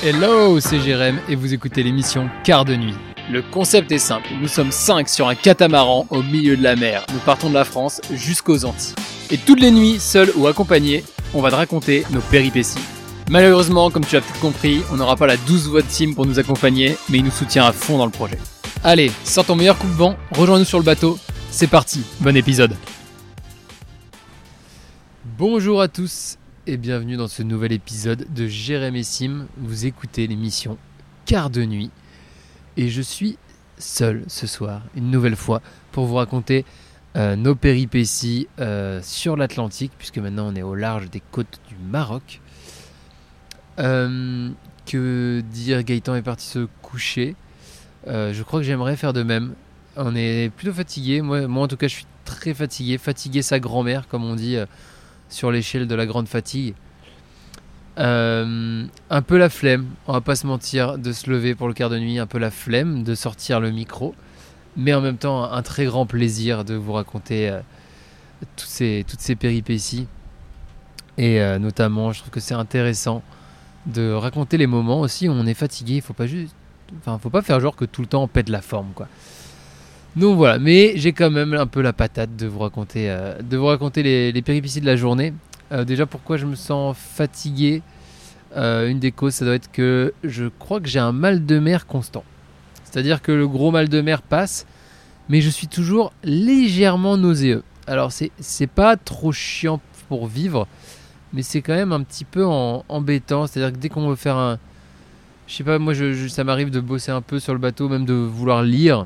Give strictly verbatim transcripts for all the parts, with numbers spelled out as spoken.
Hello, c'est Jérém et vous écoutez l'émission Quart de nuit. Le concept est simple, nous sommes cinq sur un catamaran au milieu de la mer. Nous partons de la France jusqu'aux Antilles. Et toutes les nuits, seuls ou accompagnés, on va te raconter nos péripéties. Malheureusement, comme tu as peut-être compris, on n'aura pas la douce voix de Tim pour nous accompagner, mais il nous soutient à fond dans le projet. Allez, sors ton meilleur coupe-vent, rejoins-nous sur le bateau, c'est parti, bon épisode. Bonjour à tous et bienvenue dans ce nouvel épisode de Jérém et Sim. Vous écoutez l'émission Quart de nuit et je suis seul ce soir, une nouvelle fois, pour vous raconter euh, nos péripéties euh, sur l'Atlantique, puisque maintenant on est au large des côtes du Maroc. Euh, que dire, Gaëtan est parti se coucher. Euh, je crois que j'aimerais faire de même. On est plutôt fatigué. Moi, moi en tout cas, je suis très fatigué. Fatigué sa grand-mère, comme on dit euh, sur l'échelle de la grande fatigue. Euh, un peu la flemme, on va pas se mentir, de se lever pour le quart de nuit. Un peu la flemme de sortir le micro. Mais en même temps, un très grand plaisir de vous raconter euh, toutes, ces, toutes ces péripéties. Et euh, notamment, je trouve que c'est intéressant de raconter les moments aussi où on est fatigué. Il faut pas juste, enfin, faut pas faire genre que tout le temps on pète la forme, quoi. Donc voilà, mais j'ai quand même un peu la patate de vous raconter, euh, de vous raconter les, les péripéties de la journée. Euh, déjà, pourquoi je me sens fatigué, euh, une des causes, ça doit être que je crois que j'ai un mal de mer constant. C'est-à-dire que le gros mal de mer passe, mais je suis toujours légèrement nauséeux. Alors c'est, c'est pas trop chiant pour vivre, mais c'est quand même un petit peu en, embêtant. C'est-à-dire que dès qu'on veut faire un... Je sais pas, moi je, je, ça m'arrive de bosser un peu sur le bateau, même de vouloir lire.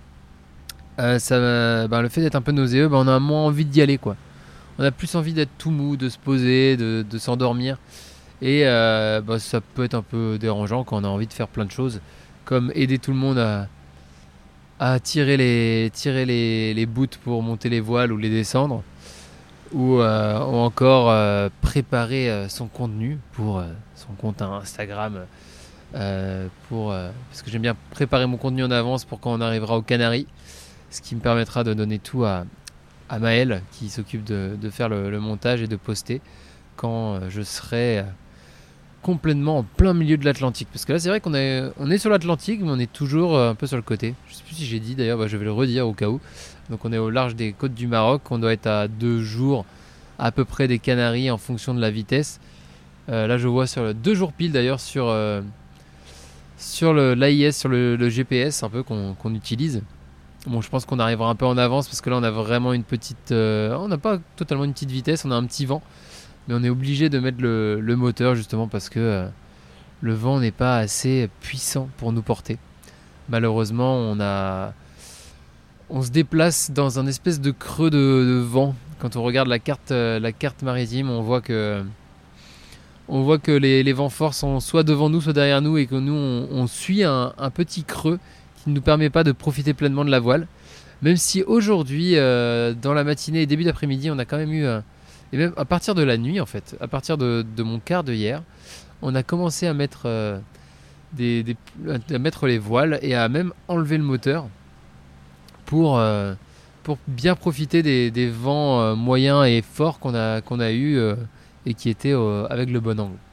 Euh, ça, ben, le fait d'être un peu nauséeux, ben, on a moins envie d'y aller, quoi. On a plus envie d'être tout mou, de se poser, de, de s'endormir. Et euh, ben, ça peut être un peu dérangeant quand on a envie de faire plein de choses, comme aider tout le monde à, à tirer, les, tirer les, les bouts pour monter les voiles ou les descendre. Ou, euh, ou encore euh, préparer euh, son contenu pour euh, son compte Instagram euh, pour, euh, parce que j'aime bien préparer mon contenu en avance pour quand on arrivera aux Canaries, ce qui me permettra de donner tout à, à Maël qui s'occupe de, de faire le, le montage et de poster quand euh, je serai euh, complètement en plein milieu de l'Atlantique, parce que là c'est vrai qu'on est, on est sur l'Atlantique mais on est toujours euh, un peu sur le côté. Je sais plus si j'ai dit d'ailleurs, bah, je vais le redire au cas où. Donc on est au large des côtes du Maroc, on doit être à deux jours à peu près des Canaries en fonction de la vitesse. Euh, là je vois sur le, deux jours pile d'ailleurs sur, euh, sur le, l'A I S, sur le, le G P S un peu qu'on, qu'on utilise. Bon, je pense qu'on arrivera un peu en avance parce que là on a vraiment une petite... Euh, on n'a pas totalement une petite vitesse, on a un petit vent. Mais on est obligé de mettre le, le moteur justement parce que euh, le vent n'est pas assez puissant pour nous porter. Malheureusement on a... On se déplace dans un espèce de creux de, de vent. Quand on regarde la carte, euh, la carte maritime, on voit que, on voit que les, les vents forts sont soit devant nous, soit derrière nous, et que nous, on, on suit un, un petit creux qui ne nous permet pas de profiter pleinement de la voile. Même si aujourd'hui, euh, dans la matinée et début d'après-midi, on a quand même eu, euh, et même à partir de la nuit en fait, à partir de, de mon quart de hier, on a commencé à mettre, euh, des, des, à mettre les voiles et à même enlever le moteur. Pour, euh, pour bien profiter des, des vents euh, moyens et forts qu'on a, qu'on a eu euh, et qui étaient euh, avec le bon angle.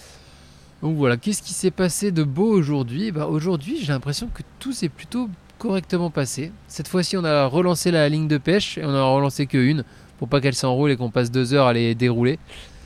Donc voilà, qu'est-ce qui s'est passé de beau aujourd'hui ? Bah, aujourd'hui, j'ai l'impression que tout s'est plutôt correctement passé. Cette fois-ci, on a relancé la ligne de pêche et on en a relancé qu'une pour pas qu'elle s'enroule et qu'on passe deux heures à les dérouler.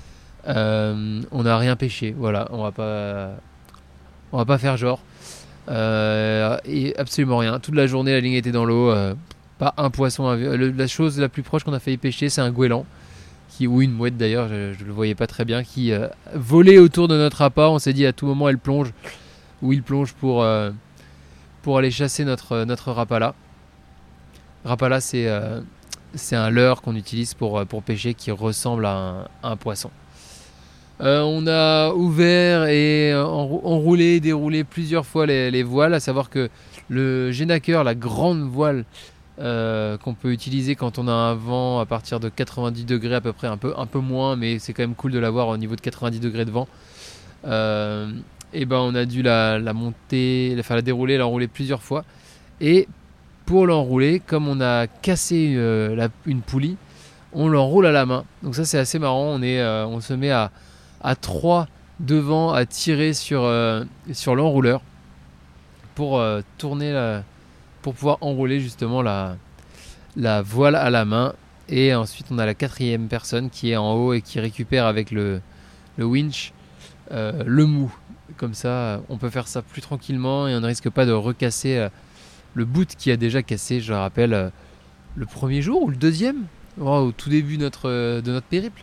Euh, on n'a rien pêché, voilà, on va pas, on va pas faire genre. Euh, et absolument rien. Toute la journée, la ligne était dans l'eau. Euh, pas un poisson. Le, la chose la plus proche qu'on a failli pêcher, c'est un goéland, qui, ou une mouette d'ailleurs, je ne le voyais pas très bien, qui euh, volait autour de notre appât. On s'est dit à tout moment, elle plonge, ou il plonge pour, euh, pour aller chasser notre, notre rapala. Rapala, c'est, euh, c'est un leurre qu'on utilise pour, pour pêcher qui ressemble à un, à un poisson. Euh, on a ouvert et enroulé, déroulé plusieurs fois les, les voiles, à savoir que le Genaker, la grande voile euh, qu'on peut utiliser quand on a un vent à partir de quatre-vingt-dix degrés à peu près, un peu, un peu moins, mais c'est quand même cool de l'avoir au niveau de quatre-vingt-dix degrés de vent. Euh, et ben on a dû la, la monter, enfin la dérouler, l'enrouler plusieurs fois. Et pour l'enrouler, comme on a cassé euh, la, une poulie, on l'enroule à la main. Donc ça c'est assez marrant. On est, euh, on se met à à trois devant à tirer sur, euh, sur l'enrouleur pour euh, tourner la, pour pouvoir enrouler justement la, la voile à la main. Et ensuite on a la quatrième personne qui est en haut et qui récupère avec le, le winch euh, le mou. Comme ça on peut faire ça plus tranquillement et on ne risque pas de recasser euh, le boot qui a déjà cassé, je le rappelle, euh, le premier jour ou le deuxième, oh, au tout début de notre, euh, de notre périple.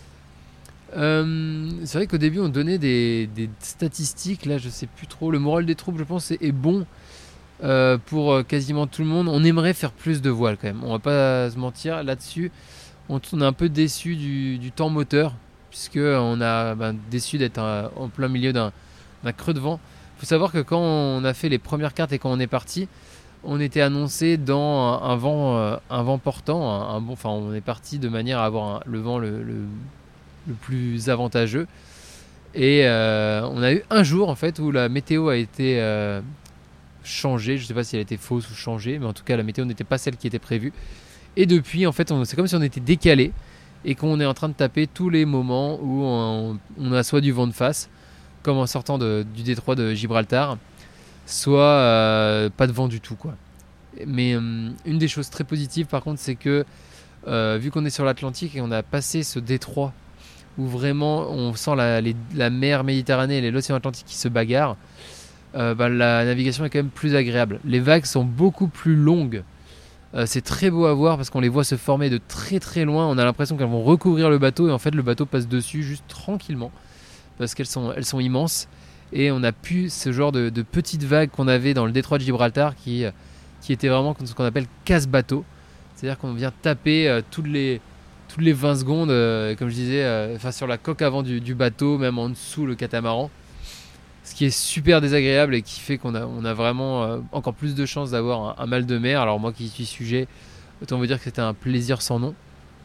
Euh, c'est vrai qu'au début on donnait des, des statistiques, là je sais plus trop. Le moral des troupes je pense est, est bon euh, pour euh, quasiment tout le monde. On aimerait faire plus de voiles quand même, on va pas se mentir là-dessus. On, on est un peu déçu du, du temps moteur, puisque on a ben, déçu d'être euh, en plein milieu d'un, d'un creux de vent. Il faut savoir que quand on a fait les premières cartes et quand on est parti, on était annoncé dans un, un vent, euh, un vent portant, un, un bon, enfin on est parti de manière à avoir un, le vent le, le le plus avantageux. Et euh, on a eu un jour en fait où la météo a été euh, changée. Je sais pas si elle a été fausse ou changée, mais en tout cas la météo n'était pas celle qui était prévue. Et depuis en fait on, c'est comme si on était décalé et qu'on est en train de taper tous les moments où on, on a soit du vent de face, comme en sortant de, du détroit de Gibraltar, soit euh, pas de vent du tout quoi. Mais euh, une des choses très positives par contre, c'est que euh, vu qu'on est sur l'Atlantique et on a passé ce détroit où vraiment on sent la, les, la mer Méditerranée et l'océan Atlantique qui se bagarrent, euh, bah, la navigation est quand même plus agréable. Les vagues sont beaucoup plus longues. Euh, c'est très beau à voir parce qu'on les voit se former de très très loin. On a l'impression qu'elles vont recouvrir le bateau et en fait le bateau passe dessus juste tranquillement parce qu'elles sont, elles sont immenses. Et on a pu ce genre de, de petites vagues qu'on avait dans le détroit de Gibraltar qui, qui était vraiment ce qu'on appelle casse-bateau. C'est-à-dire qu'on vient taper euh, toutes les... toutes les vingt secondes, euh, comme je disais, euh, sur la coque avant du, du bateau, même en dessous le catamaran. Ce qui est super désagréable et qui fait qu'on a, on a vraiment euh, encore plus de chances d'avoir un, un mal de mer. Alors moi qui suis sujet, autant vous dire que c'était un plaisir sans nom.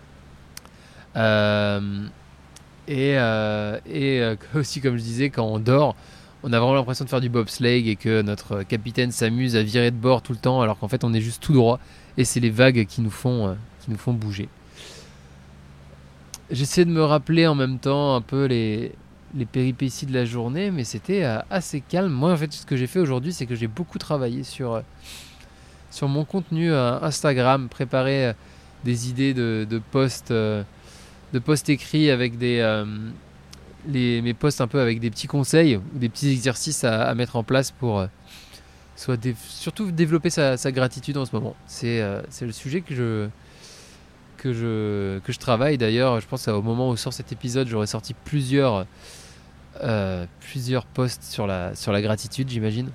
Euh, et euh, et euh, aussi, comme je disais, quand on dort, on a vraiment l'impression de faire du bobsleigh et que notre capitaine s'amuse à virer de bord tout le temps, alors qu'en fait on est juste tout droit. Et c'est les vagues qui nous font, euh, qui nous font bouger. J'essaie de me rappeler en même temps un peu les, les péripéties de la journée, mais c'était euh, assez calme. Moi, en fait, ce que j'ai fait aujourd'hui, c'est que j'ai beaucoup travaillé sur, euh, sur mon contenu euh, Instagram, préparé euh, des idées de, de posts euh, de posts écrits avec des euh, les, mes posts un peu avec des petits conseils ou des petits exercices à, à mettre en place pour euh, soit dé- surtout développer sa, sa gratitude en ce moment. C'est, euh, c'est le sujet que je que je, que je travaille. D'ailleurs, je pense qu'au moment où sort cet épisode, j'aurai sorti plusieurs, euh, plusieurs posts sur la, sur la gratitude, j'imagine.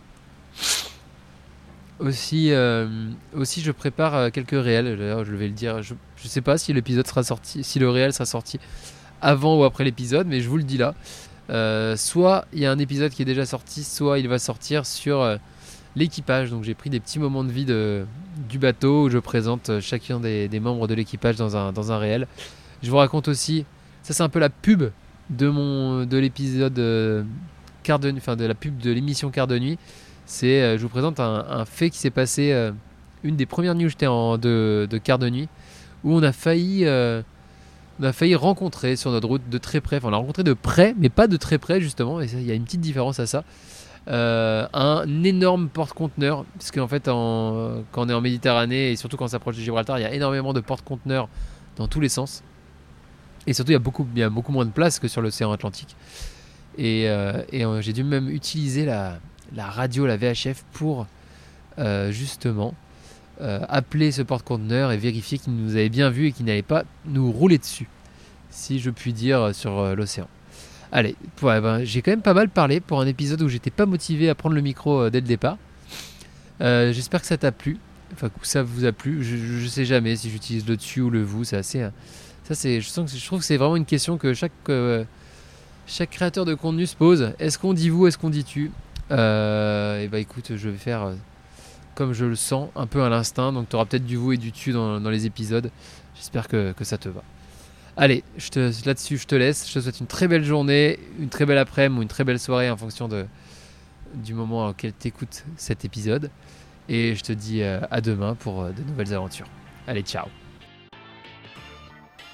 Aussi, euh, aussi, je prépare quelques réels. D'ailleurs, je vais le dire. Je ne sais pas si l'épisode sera sorti, si le réel sera sorti avant ou après l'épisode, mais je vous le dis là. Euh, soit il y a un épisode qui est déjà sorti, soit il va sortir sur euh, l'équipage. Donc j'ai pris des petits moments de vie de, du bateau où je présente chacun des, des membres de l'équipage dans un, dans un réel. Je vous raconte aussi, ça c'est un peu la pub de, mon, de l'épisode euh, quart de, enfin de la pub de l'émission Quart de nuit. C'est, euh, je vous présente un, un fait qui s'est passé euh, une des premières nuits où j'étais en, de, de Quart de nuit, où on a failli, euh, on a failli rencontrer sur notre route de très près, enfin on l'a rencontré de près, mais pas de très près justement, et il y a une petite différence à ça. Euh, un énorme porte-conteneur, puisque en fait en, quand on est en Méditerranée et surtout quand on s'approche de Gibraltar, il y a énormément de porte-conteneurs dans tous les sens et surtout il y a beaucoup, il y a beaucoup moins de place que sur l'océan Atlantique et, euh, et euh, j'ai dû même utiliser la, la radio, la V H F pour euh, justement euh, appeler ce porte-conteneur et vérifier qu'il nous avait bien vu et qu'il n'allait pas nous rouler dessus, si je puis dire, sur euh, l'océan. Allez, ouais, ben, j'ai quand même pas mal parlé pour un épisode où j'étais pas motivé à prendre le micro euh, dès le départ. Euh, j'espère que ça t'a plu, enfin que ça vous a plu. Je, je, je sais jamais si j'utilise le tu ou le vous. C'est assez, euh, ça c'est, je sens que je trouve que c'est vraiment une question que chaque euh, chaque créateur de contenu se pose. Est-ce qu'on dit vous, est-ce qu'on dit tu euh, Et bah écoute, je vais faire euh, comme je le sens, un peu à l'instinct. Donc tu auras peut-être du vous et du tu dans, dans les épisodes. J'espère que, que ça te va. Allez, je te, là-dessus, je te laisse. Je te souhaite une très belle journée, une très belle après-midi ou une très belle soirée en fonction de, du moment auquel tu écoutes cet épisode. Et je te dis à demain pour de nouvelles aventures. Allez, ciao!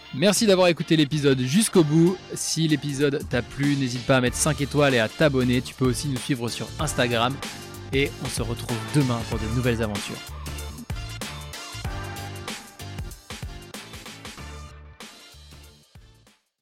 Merci d'avoir écouté l'épisode jusqu'au bout. Si l'épisode t'a plu, n'hésite pas à mettre cinq étoiles et à t'abonner. Tu peux aussi nous suivre sur Instagram. Et on se retrouve demain pour de nouvelles aventures.